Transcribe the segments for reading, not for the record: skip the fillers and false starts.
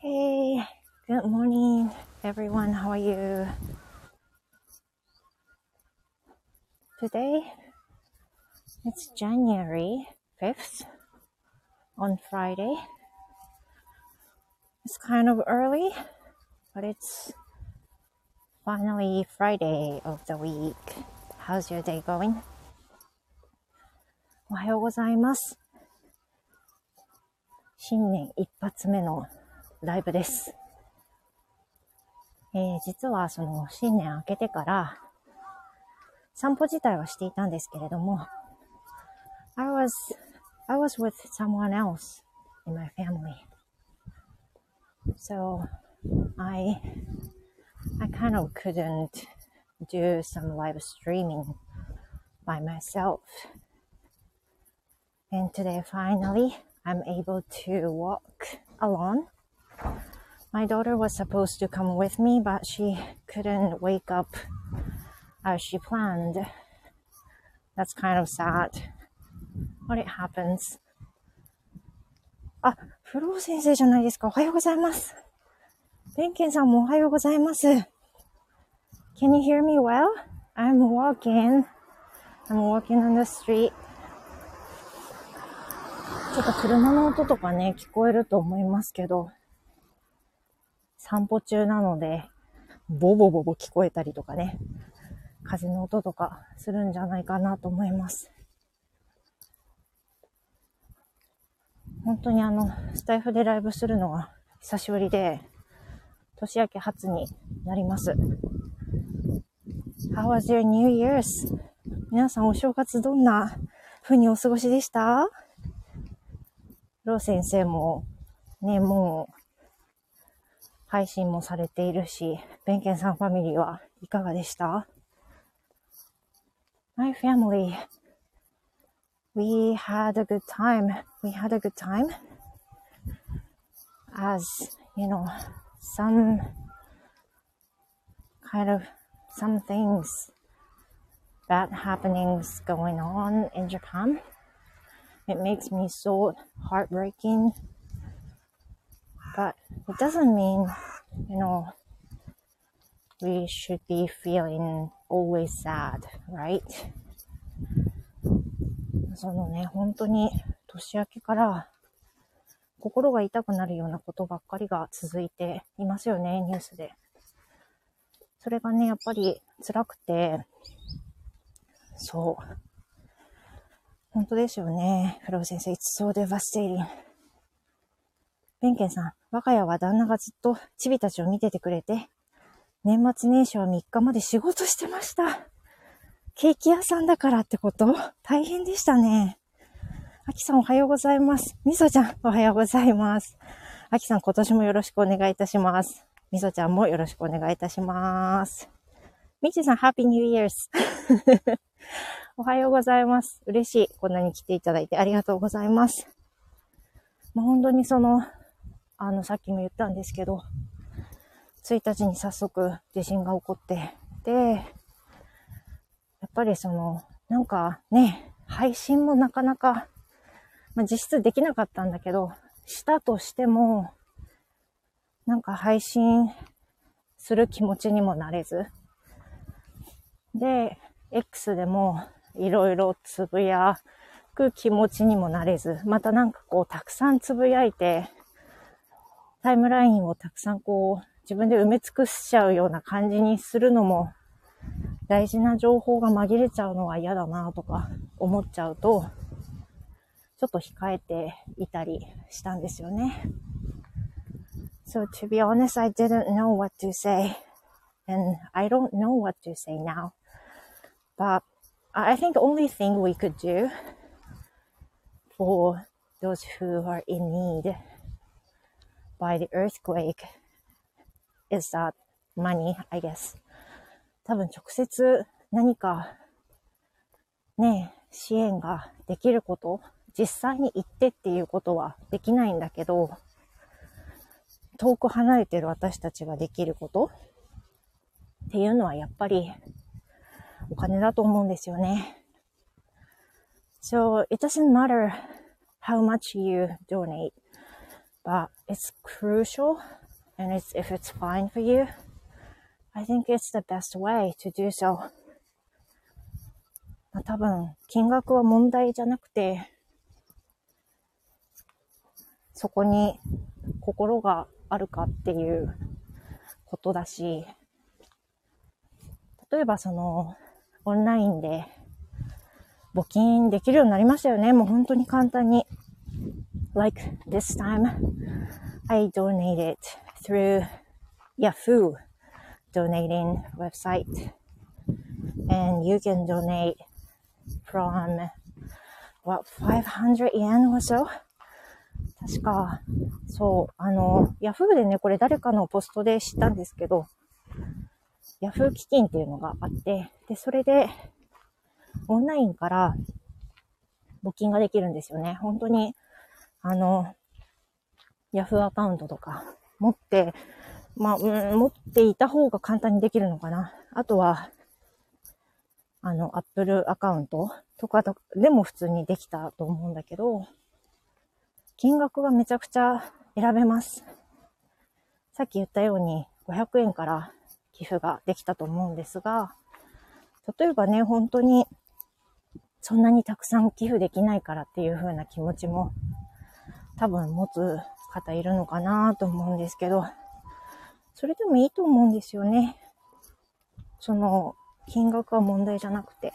Hey, good morning, everyone. How are you? Today, it's January 5th on Friday. It's kind of early, but it's finally Friday of the week. How's your day going? おはようございます。新年一発目のライブです。実はその新年明けてから散歩自体はしていたんですけれども、I was with someone else in my family. So I kind of couldn't do some live streaming by myself. And today finally I'm able to walk alone.My daughter was supposed to come with me, but she couldn't wake up as she planned. That's kind of sad, but it happens. あ、フロー先生じゃないですか。おはようございます。ベンケンさんもおはようございます。Can you hear me well? I'm walking on the street. ちょっと車の音とかね、聞こえると思いますけど、散歩中なのでボボボボ聞こえたりとかね、風の音とかするんじゃないかなと思います。本当にスタイフでライブするのが久しぶりで、年明け初になります。How was your New Year's? 皆さんお正月どんな風にお過ごしでした？ロー先生もね、もう配信もされているし、ベンケンさんファミリーはいかがでした？ My family, we had a good time. As, you know, some things, bad happenings going on in Japan. It makes me so heartbreaking. But it doesn't mean, you know, we should be feeling always sad, right? そのね、本当に年明けから心が痛くなるようなことばっかりが続いていますよね、ニュースで。それがね、やっぱり辛くて、そう。本当ですよね。フロー先生、It's so devastating. ベンケンさん、我が家は旦那がずっとチビたちを見ててくれて、年末年始は3日まで仕事してました。ケーキ屋さんだからってこと？大変でしたね。あきさんおはようございます。みそちゃんおはようございます。あきさん今年もよろしくお願いいたします。みそちゃんもよろしくお願いいたします。みちさん、ハッピーニューイヤーズ。おはようございます。嬉しい。こんなに来ていただいてありがとうございます。もう本当にさっきも言ったんですけど、1日に早速地震が起こって、で、やっぱりなんかね、配信もなかなか、実質できなかったんだけど、したとしても、なんか配信する気持ちにもなれず、で、X でもいろいろつぶやく気持ちにもなれず、またなんかこうたくさんつぶやいて、タイムラインをたくさんこう自分で埋め尽くしちゃうような感じにするのも、大事な情報が紛れちゃうのは嫌だなとか思っちゃうと、ちょっと控えていたりしたんですよね。So to be honest, I didn't know what to say. And I don't know what to say now. But I think the only thing we could do for those who are in need by the earthquake is that money, I guess. 多分直接何かね、支援ができること、実際に行ってっていうことはできないんだけど、遠く離れている私たちができることっていうのはやっぱりお金だと思うんですよね。So it doesn't matter how much you donate, but it's crucial, and if it's fine for you, I think it's the best way to do so. 多分、金額は問題じゃなくて、そこに心があるかっていうことだし、例えばオンラインで募金できるようになりましたよね。もう本当に簡単に。Like this time, I donated through Yahoo donating website, and you can donate from what 500 yen or so? 確か、そう、Yahoo でね、これ誰かのポストで知ったんですけど、Yahoo 基金っていうのがあって、で、それで、オンラインから募金ができるんですよね。本当に、Yahoo アカウントとか持って、持っていた方が簡単にできるのかな。あとは、Apple アカウントとかでも普通にできたと思うんだけど、金額がめちゃくちゃ選べます。さっき言ったように500円から寄付ができたと思うんですが、例えばね、本当にそんなにたくさん寄付できないからっていう風な気持ちも多分持つ方いるのかなと思うんですけど、それでもいいと思うんですよね。金額は問題じゃなくて、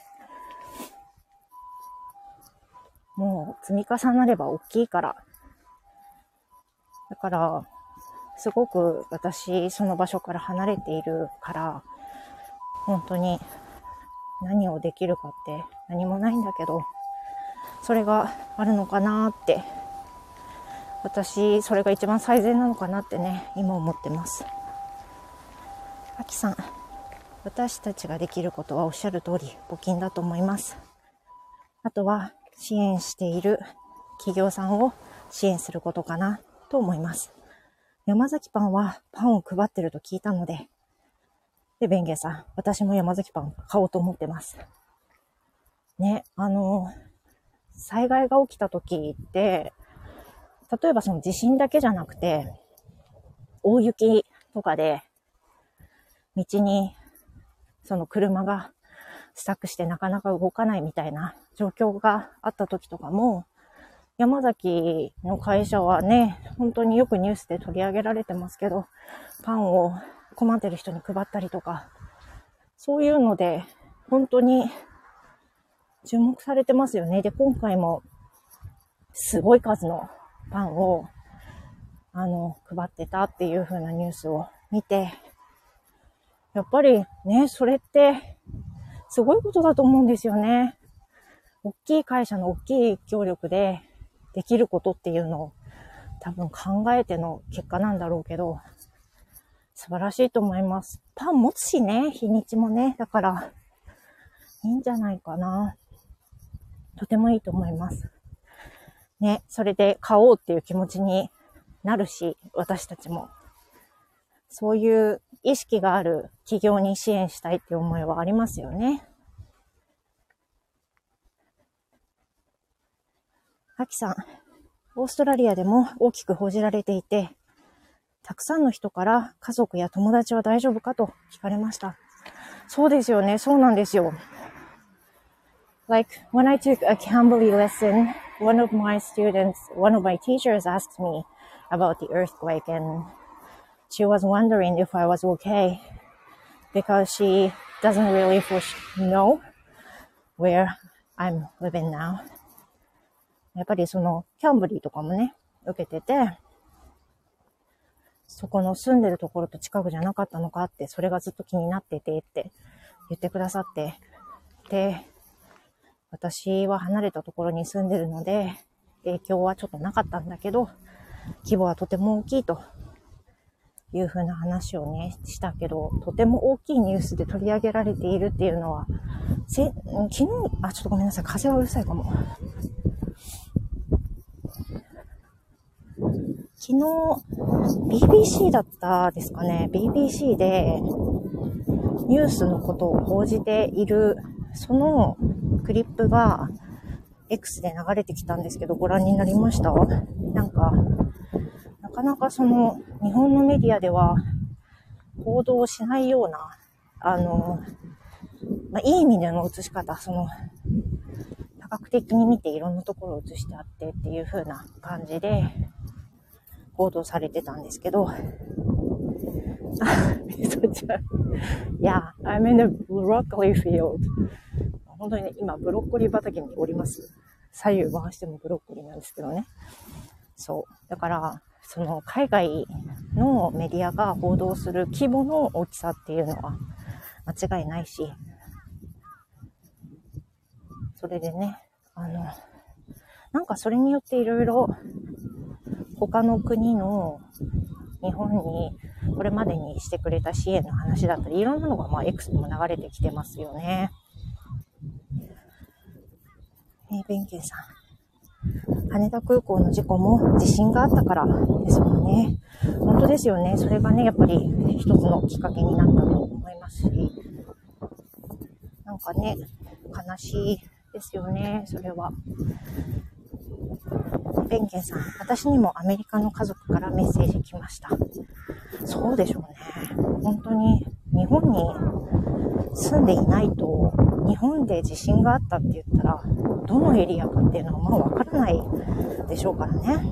もう積み重なれば大きいから。だから、すごく私、その場所から離れているから、本当に何をできるかって何もないんだけど、それがあるのかなって、私、それが一番最善なのかなってね、今思ってます。あきさん、私たちができることはおっしゃる通り募金だと思います。あとは支援している企業さんを支援することかなと思います。山崎パンはパンを配ってると聞いたので、ベンゲンさん、私も山崎パン買おうと思ってます。ね、災害が起きた時って、例えばその地震だけじゃなくて、大雪とかで道にその車がスタックしてなかなか動かないみたいな状況があった時とかも、山崎の会社はね、本当によくニュースで取り上げられてますけど、パンを困ってる人に配ったりとか、そういうので本当に注目されてますよね。で、今回もすごい数のパンを配ってたっていう風なニュースを見て、やっぱりね、それってすごいことだと思うんですよね。大きい会社の大きい協力でできることっていうのを多分考えての結果なんだろうけど、素晴らしいと思います。パン持つしね、日にちもね、だからいいんじゃないかな。とてもいいと思います。ね、それで買おうっていう気持ちになるし、私たちもそういう意識がある企業に支援したいっていう思いはありますよね。あきさん、オーストラリアでも大きく報じられていて、たくさんの人から家族や友達は大丈夫かと聞かれました。そうですよね、そうなんですよ。Like when I took a Cambly lesson, one of my teachers asked me about the earthquake, and she was wondering if I was okay because she doesn't really know where I'm living now. やっぱりキャンブリーとかもね、受けてて、そこの住んでるところと近くじゃなかったのかって、それがずっと気になっててって言ってくださって、で、私は離れたところに住んでるので、影響はちょっとなかったんだけど、規模はとても大きいというふうな話をね、したけど、とても大きいニュースで取り上げられているっていうのは、昨日、ちょっとごめんなさい、風はうるさいかも。昨日、BBC だったですかね。BBC でニュースのことを報じている、そのクリップが X で流れてきたんですけど、ご覧になりました？なんかかなかその日本のメディアでは報道しないような、いい意味での映し方、その多角的に見ていろんなところを映してあってっていう風な感じで報道されてたんですけど、みそちゃん、Yeah, I'm in a broccoli field. 本当にね、今ブロッコリー畑におります。左右回してもブロッコリーなんですけどね。そう。だから、その海外のメディアが報道する規模の大きさっていうのは間違いないし、それでね、なんかそれによっていろいろ他の国の日本にこれまでにしてくれた支援の話だったり、いろんなのがX にも流れてきてますよね。ベンケンさん。羽田空港の事故も地震があったからですもんね。本当ですよね。それがね、やっぱり一つのきっかけになったと思いますし、なんかね、悲しいですよね、それは。ベンケンさん、私にもアメリカの家族からメッセージ来ました。そうでしょうね。本当に日本に住んでいないと、日本で地震があったって言ったら、どのエリアかっていうのはわからないでしょうからね。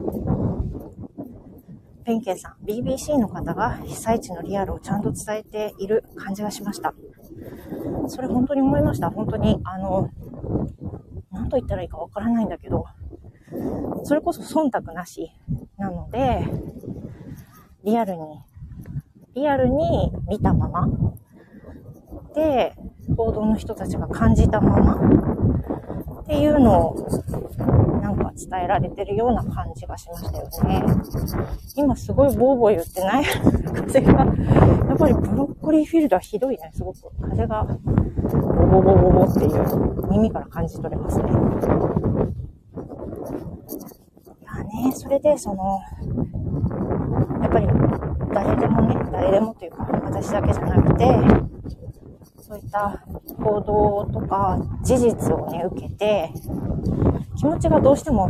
ペンケンさん、BBC の方が被災地のリアルをちゃんと伝えている感じがしました。それ本当に思いました。本当に、何と言ったらいいかわからないんだけど、それこそ忖度なしなので、リアルに見たままで、報道の人たちが感じたままっていうのをなんか伝えられてるような感じがしましたよね。今すごいボーボー言ってない風が、やっぱりブロッコリーフィールドはひどいね。すごく風がボボボボボっていう耳から感じ取れますね。いやね、それでやっぱり誰でもというか私だけじゃなくて、そういった報道とか事実をね受けて気持ちがどうしても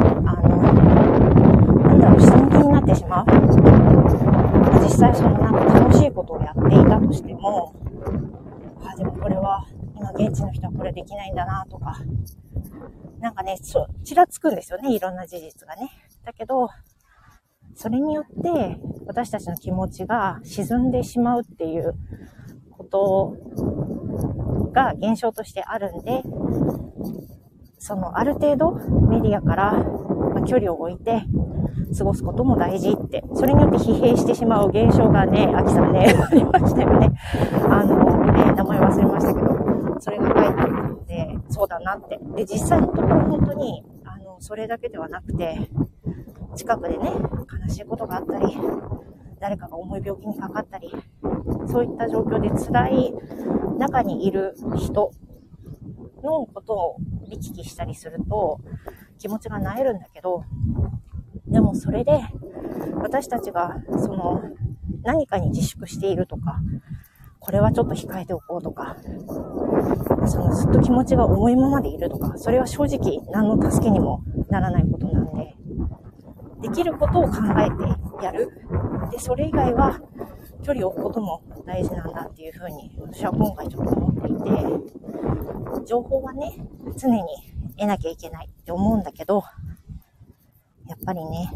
下向きになってしまう。実際なんか楽しいことをやっていたとしても、でもこれは今現地の人はこれできないんだなとか、なんかねちらつくんですよね、いろんな事実がね。だけどそれによって私たちの気持ちが沈んでしまうっていうことが現象としてあるんで、ある程度メディアから距離を置いて過ごすことも大事って、それによって疲弊してしまう現象がね、アキさんね、ありましたよね。名前忘れましたけど、それが書いてあるので、そうだなって。で、実際のところ本当に、それだけではなくて、近くでね、悲しいことがあったり、誰かが重い病気にかかったり、そういった状況で辛い中にいる人のことを見聞きしたりすると気持ちが萎えるんだけど、でもそれで私たちが何かに自粛しているとか、これはちょっと控えておこうとか、ずっと気持ちが重いままでいるとか、それは正直何の助けにもならないことなんで、できることを考えてやる。で、それ以外は距離を置くことも大事なんだっていうふうに私は今回ちょっと思っていて、情報はね、常に得なきゃいけないって思うんだけど、やっぱりね、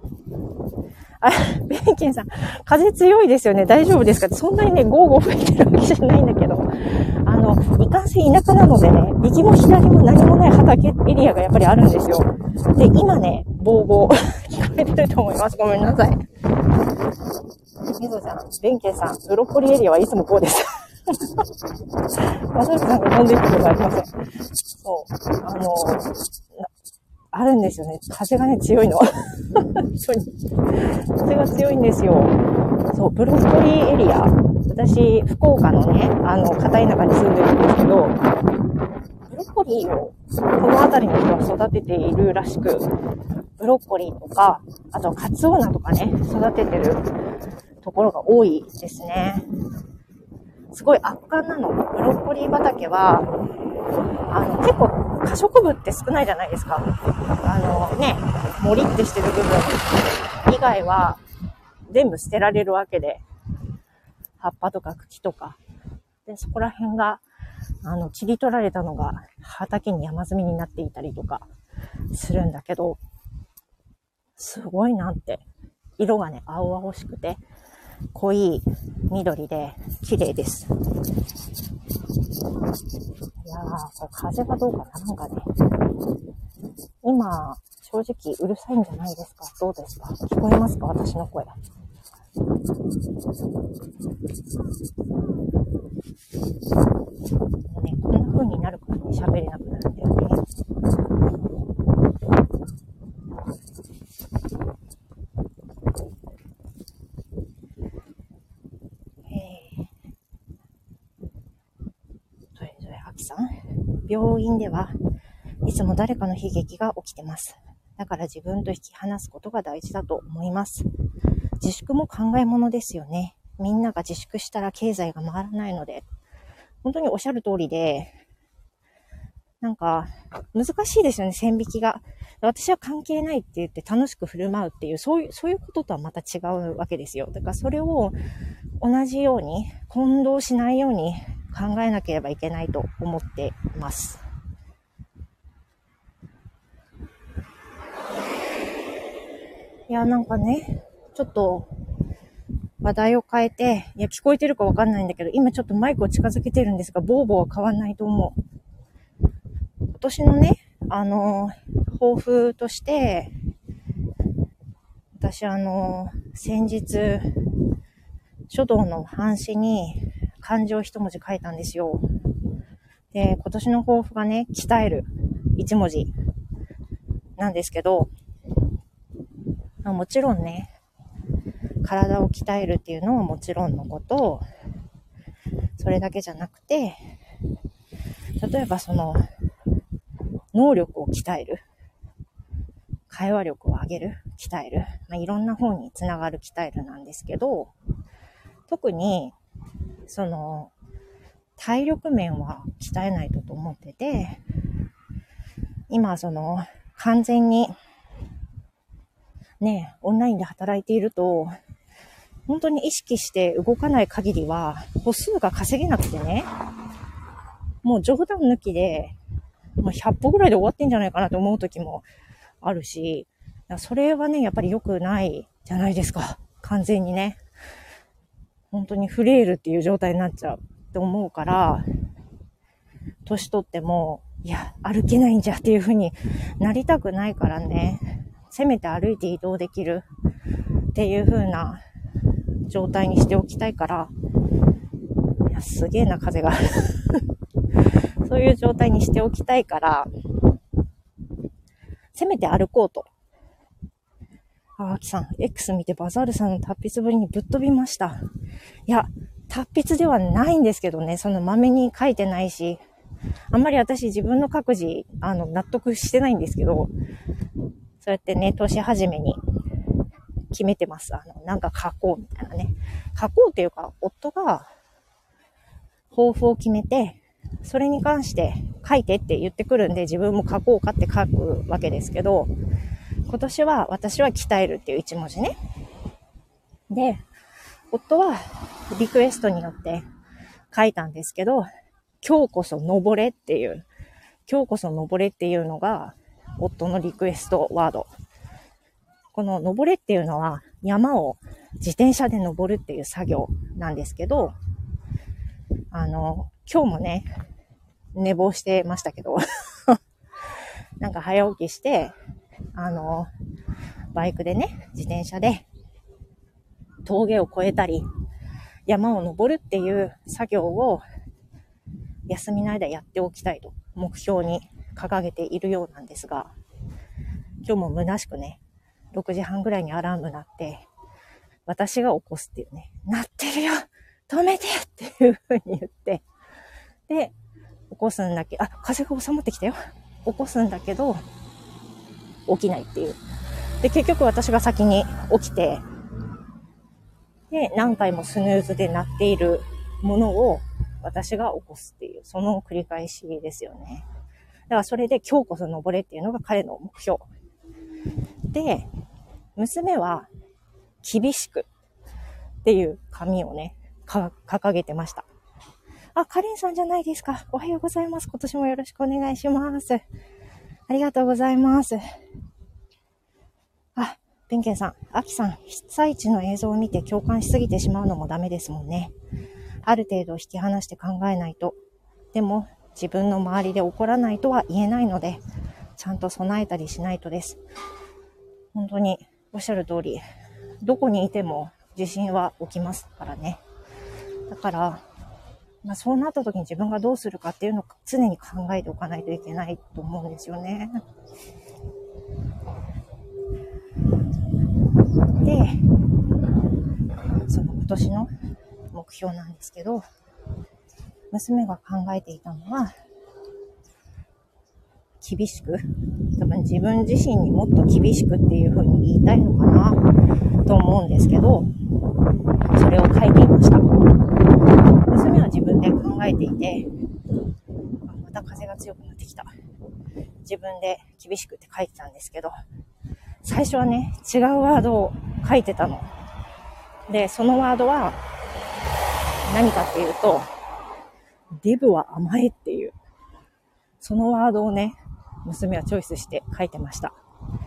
ベンケンさん、風強いですよね。大丈夫ですか？そんなにね、ゴーゴー吹いてるわけじゃないんだけど、いかんせん田舎なのでね、右も左も何もない畑エリアがやっぱりあるんですよ。で、今ね、ボーボー聞こえてると思います。ごめんなさい。みぞちゃん、ベンケンさん、ブロッコリーエリアはいつもこうです。まさきさんが飛んでいくことはありません。そう、あるんですよね。風がね、強いの。本当に。風が強いんですよ。そう、ブロッコリーエリア。私、福岡のね、片田舎に住んでるんですけど、ブロッコリーをこの辺りの人は育てているらしく、ブロッコリーとか、あとカツオナとかね、育ててるところが多いですね。すごい圧巻なの。ブロッコリー畑は、結構可食部って少ないじゃないですか。ね、森ってしてる部分。 以外は全部捨てられるわけで、葉っぱとか茎とか。で、そこら辺が、切り取られたのが畑に山積みになっていたりとかするんだけど、すごいなって。色がね、青々しくて、濃い緑で綺麗です。いやー、風がどうかな、なんかね、今、正直うるさいんじゃないですか？どうですか？聞こえますか？私の声。ね、こんな風になるからね、喋れなくなるんだよね。それぞれ、あきさん。病院ではいつも誰かの悲劇が起きてます。だから自分と引き離すことが大事だと思います。自粛も考えものですよね。みんなが自粛したら経済が回らないので、本当におっしゃる通りで、なんか難しいですよね、線引きが。私は関係ないって言って楽しく振る舞うっていう、そういうこととはまた違うわけですよ。だからそれを同じように混同しないように考えなければいけないと思っています。いや、なんかね、ちょっと話題を変えて、いや、聞こえてるかわかんないんだけど、今ちょっとマイクを近づけてるんですが、ボーボーは変わんないと思う。今年のね、抱負として、私先日、書道の半紙に漢字を一文字書いたんですよ。で、今年の抱負がね、鍛える一文字なんですけど、もちろんね、体を鍛えるっていうのはもちろんのこと、それだけじゃなくて、例えばその、能力を鍛える。会話力を上げる。鍛える。いろんな方につながる鍛えるなんですけど、特に、その、体力面は鍛えないとと思ってて、今その、完全に、ね、オンラインで働いていると、本当に意識して動かない限りは、歩数が稼げなくてね、もう冗談抜きで、100歩ぐらいで終わってんじゃないかなと思う時もあるし、それはね、やっぱり良くないじゃないですか。完全にね。本当にフレイルっていう状態になっちゃうって思うから、年取っても、いや、歩けないんじゃっていう風になりたくないからね、せめて歩いて移動できるっていう風な状態にしておきたいから、いや、すげえな風がそういう状態にしておきたいから、せめて歩こうと。あきさん、X 見てバザールさんの達筆ぶりにぶっ飛びました。いや、達筆ではないんですけどね、そのまめに書いてないし、あんまり私自分の書く字、納得してないんですけど、そうやってね、年始めに決めてます。なんか書こうみたいなね。書こうっていうか、夫が抱負を決めて、それに関して書いてって言ってくるんで、自分も書こうかって書くわけですけど、今年は私は鍛えるっていう一文字ね。で、夫はリクエストによって書いたんですけど、今日こそ登れっていう、今日こそ登れっていうのが夫のリクエストワード。この登れっていうのは山を自転車で登るっていう作業なんですけど、今日もね、寝坊してましたけど、なんか早起きして、バイクでね、自転車で峠を越えたり、山を登るっていう作業を休みの間やっておきたいと目標に掲げているようなんですが、今日も虚しくね、6時半ぐらいにアラーム鳴って、私が起こすっていうね、鳴ってるよ止めてっていう風に言って、で、起こすんだけど、風が収まってきたよ。起こすんだけど、起きないっていう。で、結局私が先に起きて、で、何回もスヌーズで鳴っているものを私が起こすっていう、その繰り返しですよね。だからそれで今日こそ登れっていうのが彼の目標。で、娘は厳しくっていう紙をね、掲げてました。あ、カレンさんじゃないですか。おはようございます。今年もよろしくお願いします。ありがとうございます。あ、ペンケンさん、アキさん、被災地の映像を見て共感しすぎてしまうのもダメですもんね。ある程度引き離して考えないと。でも、自分の周りで起こらないとは言えないので、ちゃんと備えたりしないとです。本当におっしゃる通り、どこにいても地震は起きますからね。だから、そうなった時に自分がどうするかっていうのを常に考えておかないといけないと思うんですよね。で、その今年の目標なんですけど、娘が考えていたのは、厳しく、多分自分自身にもっと厳しくっていう風に言いたいのかなと思うんですけど、それを書いていました。娘は自分で考えていて、また風が強くなってきた。自分で厳しくって書いてたんですけど、最初はね、違うワードを書いてたの。で、そのワードは何かっていうと、デブは甘えっていう、そのワードをね、娘はチョイスして書いてました。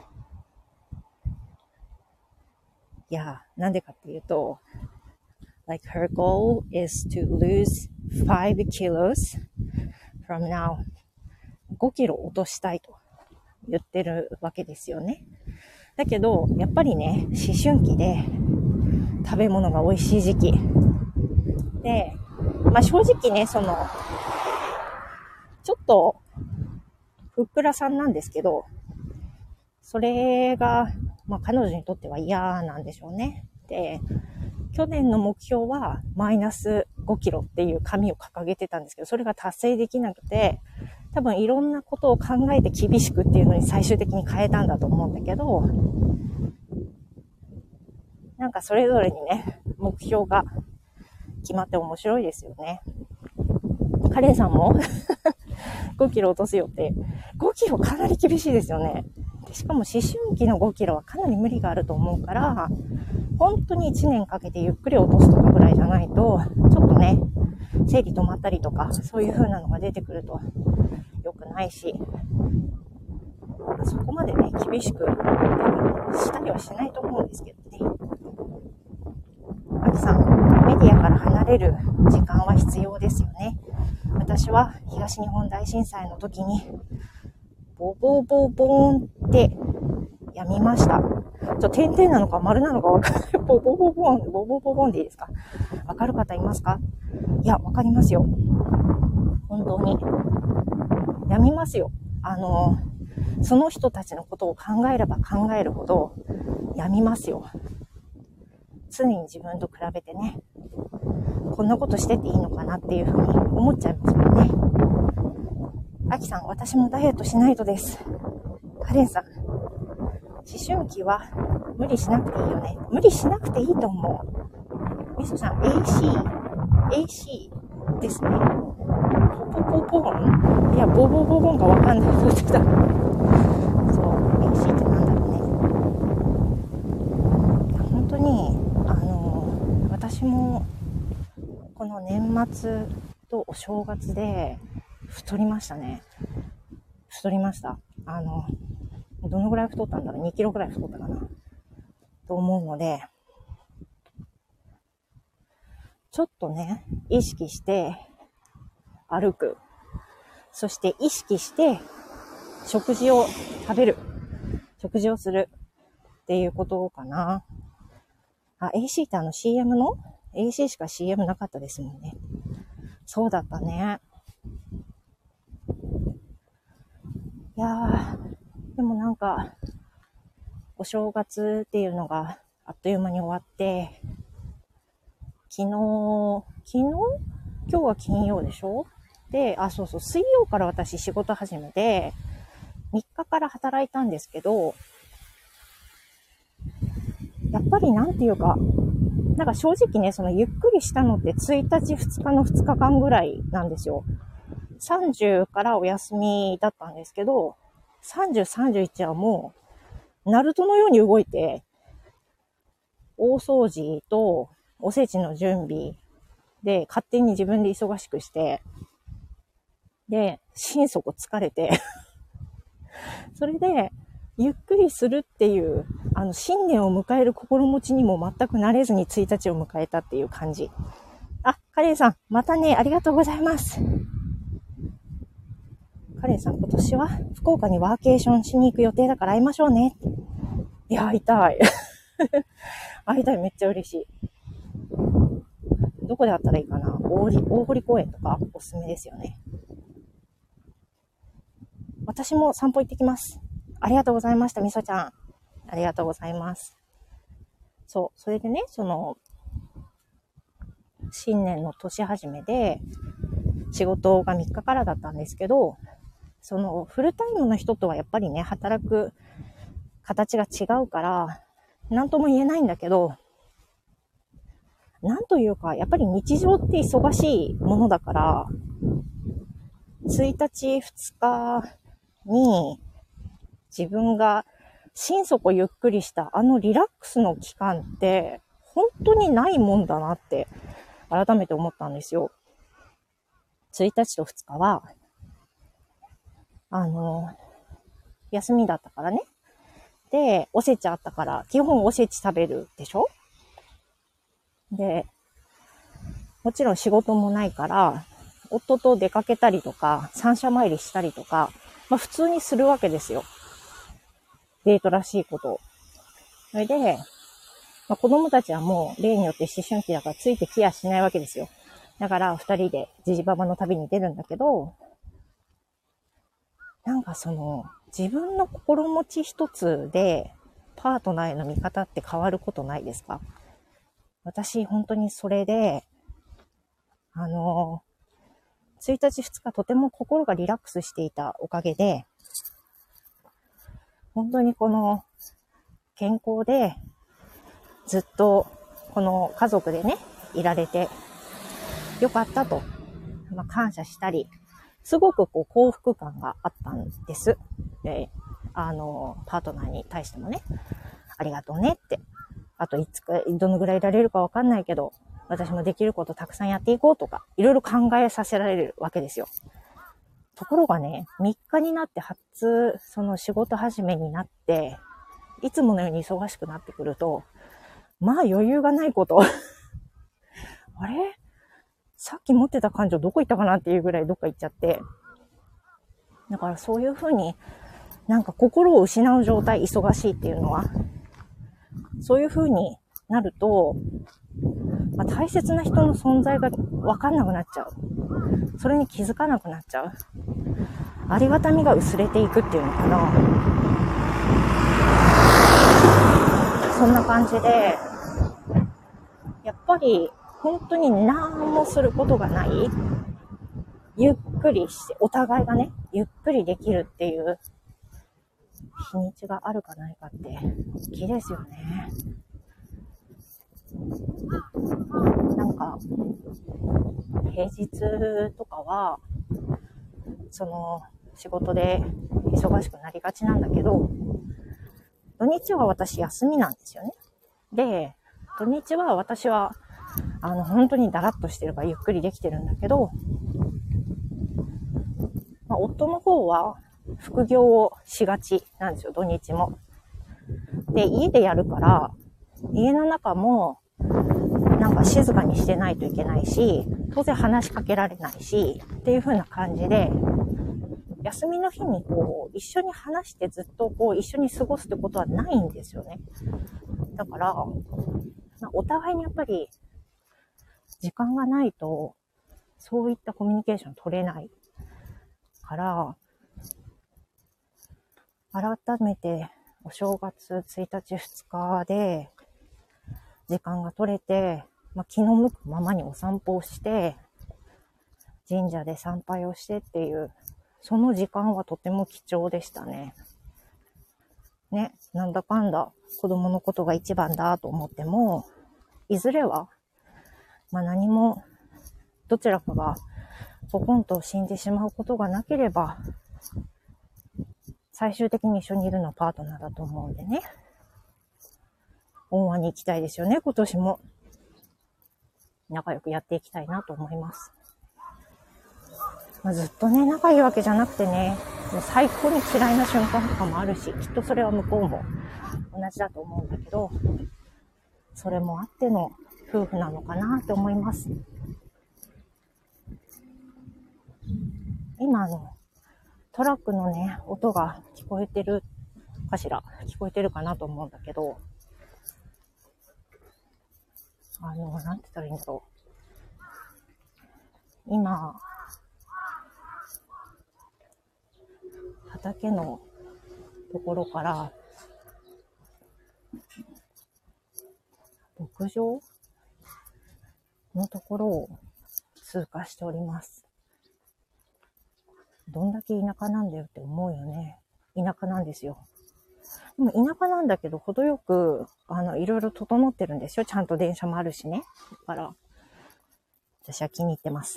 いや、なんでかっていうと、like her goal is to lose 5 kilos from now. 5キロ落としたいと言ってるわけですよね。だけど、やっぱりね、思春期で食べ物が美味しい時期。で、正直ね、ちょっと、ふっくらさんなんですけど、それが、彼女にとっては嫌なんでしょうね。で、去年の目標はマイナス5キロっていう紙を掲げてたんですけど、それが達成できなくて、多分いろんなことを考えて厳しくっていうのに最終的に変えたんだと思うんだけど、なんかそれぞれにね、目標が決まって面白いですよね。カレンさんも5キロ落とすよって、5キロかなり厳しいですよね。しかも思春期の5キロはかなり無理があると思うから、本当に1年かけてゆっくり落とすとかぐらいじゃないと、ちょっとね、生理止まったりとか、そういう風なのが出てくると良くないし、そこまでね、厳しくしたりはしないと思うんですけどね。アキさん、メディアから離れる時間は必要ですよね。私は東日本大震災の時に、ボボボボーンってやみました。点々なのか丸なのかわかんない。ボボボボーン、ボボボボーンでいいですか？わかる方いますか？いや、わかりますよ。本当に。やみますよ。その人たちのことを考えれば考えるほど、やみますよ。常に自分と比べてね、こんなことしてていいのかなっていうふうに思っちゃいますもんね。アキさん、私もダイエットしないとです。カレンさん、思春期は無理しなくていいよね。無理しなくていいと思う。みそさん、AC ですね。ポポポポン？いや、ボボボボンがわかんない。そう、AC ってなんだろうね。本当に、私も、この年末とお正月で太りましたね。太りました。どのぐらい太ったんだろう？ 2 キロぐらい太ったかなと思うので、ちょっとね、意識して歩く。そして意識して食事を食べる。食事をするっていうことかな。AC って CM の AC しか CM なかったですもんね。そうだったね。いやー、でもなんか、お正月っていうのがあっという間に終わって、今日は金曜でしょ？で、そうそう、水曜から私仕事始めで、3日から働いたんですけど、やっぱりなんていうか、なんか正直ね、ゆっくりしたのって1日2日の2日間ぐらいなんですよ。30からお休みだったんですけど、30、31はもう、ナルトのように動いて、 大掃除とおせちの準備で勝手に自分で忙しくして、で、心底疲れて、それで、ゆっくりするっていう、新年を迎える心持ちにも全く慣れずに1日を迎えたっていう感じ。あ、カレンさん、またね、ありがとうございます。カレンさん、今年は福岡にワーケーションしに行く予定だから会いましょうね。いや、会いたい。会いたい、めっちゃ嬉しい。どこで会ったらいいかな。大堀公園とかおすすめですよね。私も散歩行ってきます。ありがとうございました、みそちゃん。ありがとうございます。そう、それでね、新年の年始めで、仕事が3日からだったんですけど、フルタイムの人とはやっぱりね、働く形が違うから、なんとも言えないんだけど、なんというか、やっぱり日常って忙しいものだから、1日2日に自分が心底ゆっくりしたリラックスの期間って本当にないもんだなって改めて思ったんですよ。1日と2日は、休みだったからね。で、おせちあったから、基本おせち食べるでしょ？で、もちろん仕事もないから、夫と出かけたりとか、三社参りしたりとか、普通にするわけですよ。デートらしいことを。それで、子供たちはもう例によって思春期だからついてきやしないわけですよ。だから二人でジジババの旅に出るんだけど、なんか自分の心持ち一つでパートナーへの見方って変わることないですか？私本当にそれで、1日2日とても心がリラックスしていたおかげで、本当にこの健康でずっとこの家族でね、いられてよかったと、感謝したり、すごく幸福感があったんです。で、パートナーに対してもね、ありがとうねって。あとどのぐらいいられるかわかんないけど、私もできることたくさんやっていこうとか、いろいろ考えさせられるわけですよ。ところがね、3日になって仕事始めになって、いつものように忙しくなってくると、余裕がないこと。あれ？さっき持ってた感情どこ行ったかなっていうぐらいどっか行っちゃって。だからそういうふうになんか心を失う状態、忙しいっていうのは、そういうふうになると、大切な人の存在が分かんなくなっちゃう。それに気づかなくなっちゃう。ありがたみが薄れていくっていうのかな。そんな感じで、やっぱり本当に何もすることがない、ゆっくりして、お互いがね、ゆっくりできるっていう日にちがあるかないかって大きいですよね。なんか平日とかは仕事で忙しくなりがちなんだけど、土日は私休みなんですよね。で、土日は私は本当にダラッとしてるからゆっくりできてるんだけど、夫の方は副業をしがちなんですよ、土日も。で、家でやるから、家の中もなんか静かにしてないといけないし、当然話しかけられないし、っていう風な感じで、休みの日に一緒に話してずっと一緒に過ごすってことはないんですよね。だから、お互いにやっぱり時間がないと、そういったコミュニケーション取れないから、改めてお正月1日2日で時間が取れて、気の向くままにお散歩をして、神社で参拝をしてっていう、その時間はとても貴重でしたね。ね、なんだかんだ子供のことが一番だと思っても、いずれは、何もどちらかがポコンと死んでしまうことがなければ、最終的に一緒にいるのはパートナーだと思うんでね。 温和に行きたいですよね。今年も仲良くやっていきたいなと思います。ずっとね、仲いいわけじゃなくてね、もう最高に嫌いな瞬間とかもあるし、きっとそれは向こうも同じだと思うんだけど、それもあっての夫婦なのかなと思います。今トラックのね、音が聞こえてるかしら、聞こえてるかなと思うんだけど、なんて言ったらいいんだろう。今、畑のところから牧場のところを通過しております。どんだけ田舎なんだよって思うよね。田舎なんですよ。でも田舎なんだけど、程よくいろいろ整ってるんですよ。ちゃんと電車もあるしね。だから私は気に入ってます。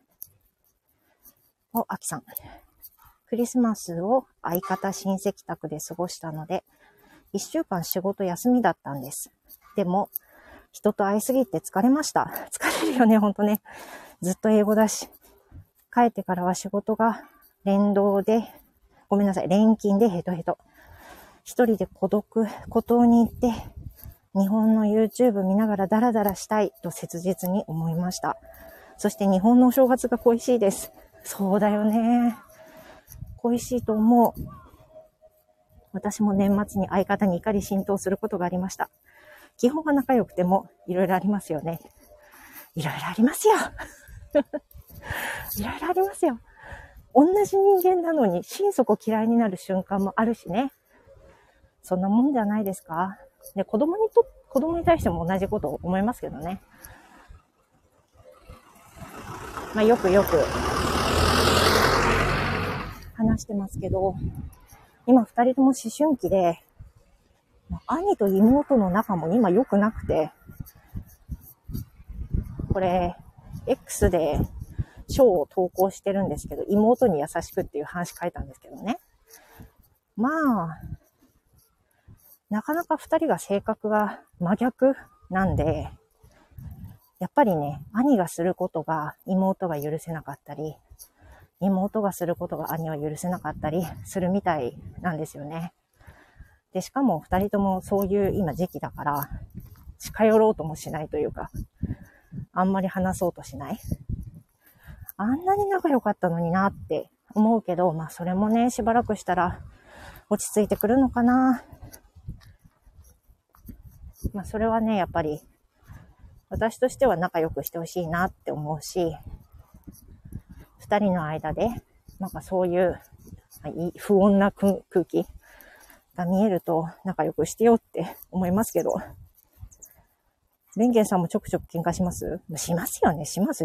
アキさん。クリスマスを相方親戚宅で過ごしたので、1週間仕事休みだったんです。でも、人と会いすぎて疲れました。疲れるよね、ほんとね。ずっと英語だし。帰ってからは仕事が連勤でヘトヘト。一人で孤島に行って、日本の YouTube 見ながらダラダラしたいと切実に思いました。そして日本のお正月が恋しいです。そうだよね。恋しいと思う。私も年末に相方に怒り浸透することがありました。基本は仲良くてもいろいろありますよね。いろいろありますよ。いろいろありますよ。同じ人間なのに心底嫌いになる瞬間もあるしね。そんなもんじゃないですか。で、子供に対しても同じことを思いますけどね。よく話してますけど、今二人とも思春期で、兄と妹の仲も今良くなくて、これ X で章を投稿してるんですけど、妹に優しくっていう話書いたんですけどね。なかなか二人が性格が真逆なんで、やっぱりね、兄がすることが妹が許せなかったり、妹がすることが兄は許せなかったりするみたいなんですよね。で、しかも二人ともそういう今時期だから、近寄ろうともしないというか、あんまり話そうとしない。あんなに仲良かったのになって思うけど、それもね、しばらくしたら落ち着いてくるのかな。それはね、やっぱり私としては仲良くしてほしいなって思うし、二人の間でそういう不穏な空気が見えると仲良くしてよって思いますけど、弁慶さんもちょくちょく喧嘩します？しますよね。します。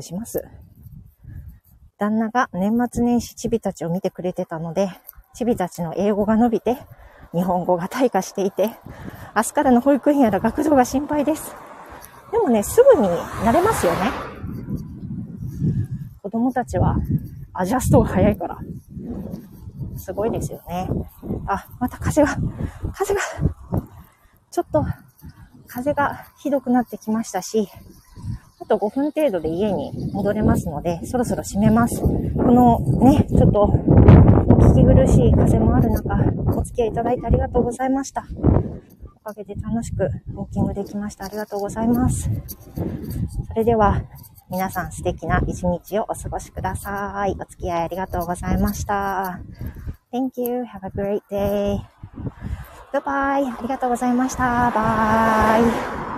旦那が年末年始チビたちを見てくれてたので、チビたちの英語が伸びて日本語が退化していて、明日からの保育園やら学童が心配です。でもね、すぐに慣れますよね。子供たちはアジャストが早いから。すごいですよね。また風が、ちょっと風がひどくなってきましたし、あと5分程度で家に戻れますので、そろそろ閉めます。このね、ちょっと聞き苦しい風もある中、お付き合いいただいてありがとうございました。おかげで楽しくウォーキングできました。ありがとうございます。それでは、皆さん素敵な一日をお過ごしください。お付き合いありがとうございました。Thank you. Have a great day. Goodbye. ありがとうございました。Bye.